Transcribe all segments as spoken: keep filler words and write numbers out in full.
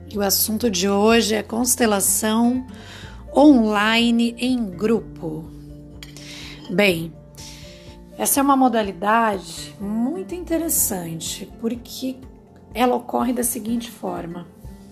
E o assunto de hoje é constelação online em grupo. Bem, essa é uma modalidade muito interessante, porque ela ocorre da seguinte forma.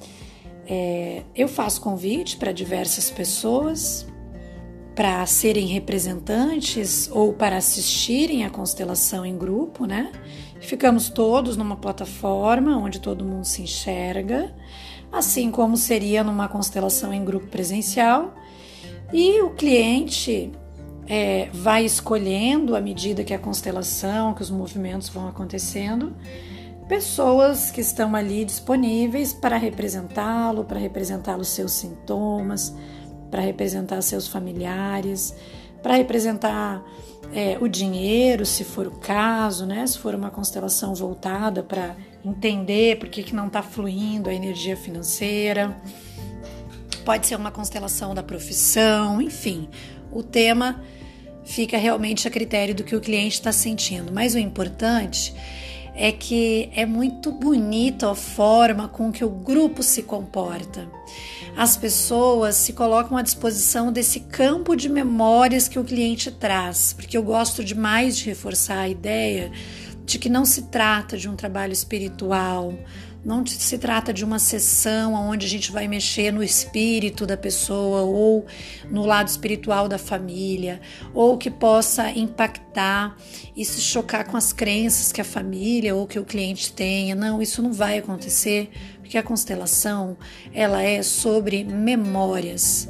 É, eu faço convite para diversas pessoas para serem representantes ou para assistirem a constelação em grupo, né? Ficamos todos numa plataforma onde todo mundo se enxerga, assim como seria numa constelação em grupo presencial, e o cliente é, vai escolhendo, à medida que a constelação, que os movimentos vão acontecendo, pessoas que estão ali disponíveis para representá-lo, para representar os seus sintomas, para representar seus familiares, para representar é, o dinheiro, se for o caso, né? Se for uma constelação voltada para entender por que, que não está fluindo a energia financeira. Pode ser uma constelação da profissão, enfim. O tema fica realmente a critério do que o cliente está sentindo. Mas o importante é que é muito bonita a forma com que o grupo se comporta. As pessoas se colocam à disposição desse campo de memórias que o cliente traz, porque eu gosto demais de reforçar a ideia de que não se trata de um trabalho espiritual, não se trata de uma sessão onde a gente vai mexer no espírito da pessoa ou no lado espiritual da família, ou que possa impactar e se chocar com as crenças que a família ou que o cliente tenha. Não, isso não vai acontecer, porque a constelação ela é sobre memórias,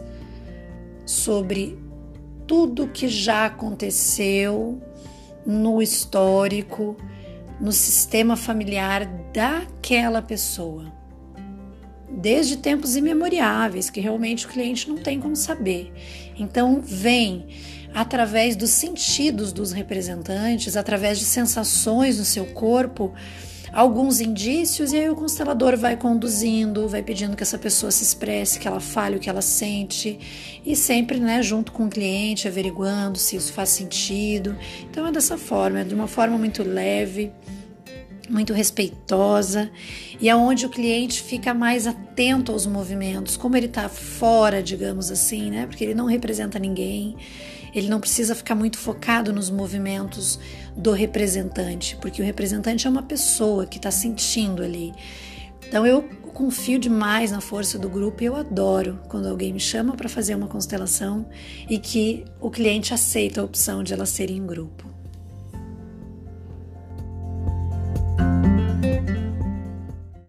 sobre tudo que já aconteceu no histórico, no sistema familiar daquela pessoa, desde tempos imemoriáveis, que realmente o cliente não tem como saber. Então vem através dos sentidos dos representantes, através de sensações no seu corpo, alguns indícios, e aí o constelador vai conduzindo, vai pedindo que essa pessoa se expresse, que ela fale o que ela sente, e sempre, né, junto com o cliente, averiguando se isso faz sentido. Então é dessa forma, é de uma forma muito leve, muito respeitosa, e aonde o cliente fica mais atento aos movimentos, como ele está fora, digamos assim, né, porque ele não representa ninguém. Ele não precisa ficar muito focado nos movimentos do representante, porque o representante é uma pessoa que está sentindo ali. Então eu confio demais na força do grupo e eu adoro quando alguém me chama para fazer uma constelação e que o cliente aceita a opção de ela ser em grupo.